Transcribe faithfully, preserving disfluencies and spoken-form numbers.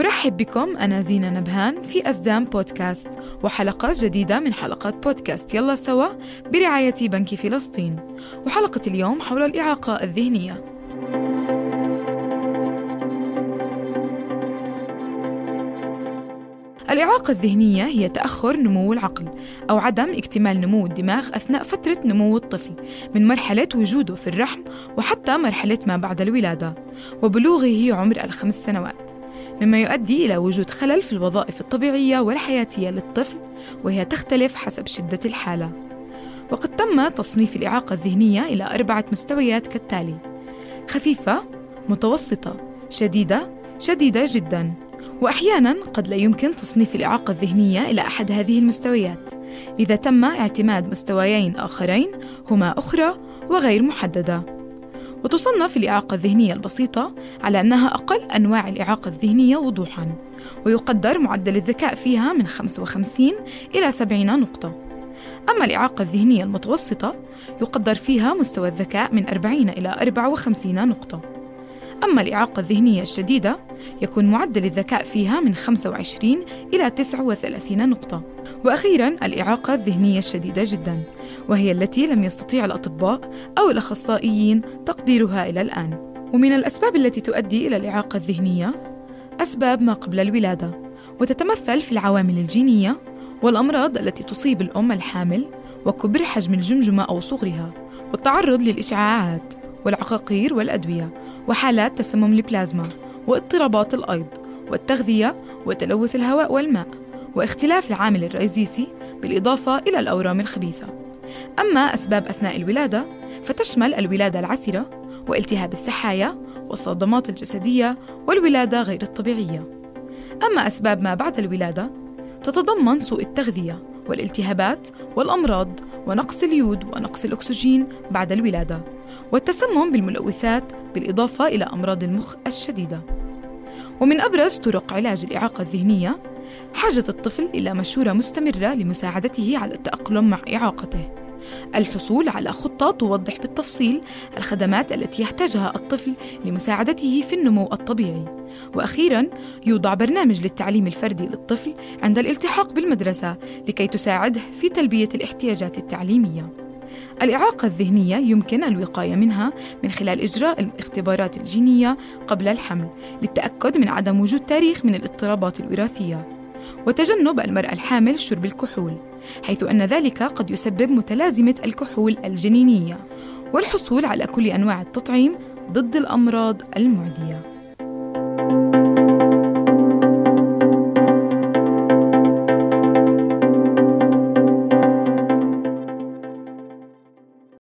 أرحب بكم، أنا زينة نبهان في أزدام بودكاست وحلقات جديدة من حلقات بودكاست يلا سوا برعاية بنك فلسطين. وحلقة اليوم حول الإعاقة الذهنية. الإعاقة الذهنية هي تأخر نمو العقل أو عدم اكتمال نمو الدماغ أثناء فترة نمو الطفل من مرحلة وجوده في الرحم وحتى مرحلة ما بعد الولادة وبلوغه عمر الخمس سنوات، مما يؤدي إلى وجود خلل في الوظائف الطبيعية والحياتية للطفل، وهي تختلف حسب شدة الحالة. وقد تم تصنيف الإعاقة الذهنية إلى أربعة مستويات كالتالي: خفيفة، متوسطة، شديدة، شديدة جداً. وأحياناً قد لا يمكن تصنيف الإعاقة الذهنية إلى أحد هذه المستويات، إذا تم اعتماد مستويين آخرين هما أخرى وغير محددة. وتصنف الإعاقة الذهنية البسيطة على أنها أقل أنواع الإعاقة الذهنية وضوحاً، ويقدر معدل الذكاء فيها من خمسة وخمسين إلى سبعين نقطة. أما الإعاقة الذهنية المتوسطة يقدر فيها مستوى الذكاء من أربعين إلى أربعة وخمسين نقطة. أما الإعاقة الذهنية الشديدة يكون معدل الذكاء فيها من خمسة وعشرين إلى تسعة وثلاثين نقطة. وأخيراً الإعاقة الذهنية الشديدة جداً، وهي التي لم يستطيع الأطباء أو الأخصائيين تقديرها إلى الآن. ومن الأسباب التي تؤدي إلى الإعاقة الذهنية أسباب ما قبل الولادة، وتتمثل في العوامل الجينية والأمراض التي تصيب الأم الحامل وكبر حجم الجمجمة أو صغرها والتعرض للإشعاعات والعقاقير والأدوية وحالات تسمم البلازما واضطرابات الأيض والتغذية وتلوث الهواء والماء واختلاف العامل الرئيسي بالإضافة إلى الأورام الخبيثة. أما أسباب أثناء الولادة فتشمل الولادة العسرة والتهاب السحايا والصدمات الجسدية والولادة غير الطبيعية. أما أسباب ما بعد الولادة تتضمن سوء التغذية والالتهابات والأمراض ونقص اليود ونقص الأكسجين بعد الولادة والتسمم بالملوثات بالإضافة إلى أمراض المخ الشديدة. ومن أبرز طرق علاج الإعاقة الذهنية حاجة الطفل إلى مشورة مستمرة لمساعدته على التأقلم مع إعاقته، الحصول على خطة توضح بالتفصيل الخدمات التي يحتاجها الطفل لمساعدته في النمو الطبيعي، وأخيراً يوضع برنامج للتعليم الفردي للطفل عند الالتحاق بالمدرسة لكي تساعده في تلبية الاحتياجات التعليمية. الإعاقة الذهنية يمكن الوقاية منها من خلال إجراء الاختبارات الجينية قبل الحمل للتأكد من عدم وجود تاريخ من الاضطرابات الوراثية، وتجنب المرأة الحامل شرب الكحول حيث أن ذلك قد يسبب متلازمة الكحول الجنينية، والحصول على كل أنواع التطعيم ضد الأمراض المعدية.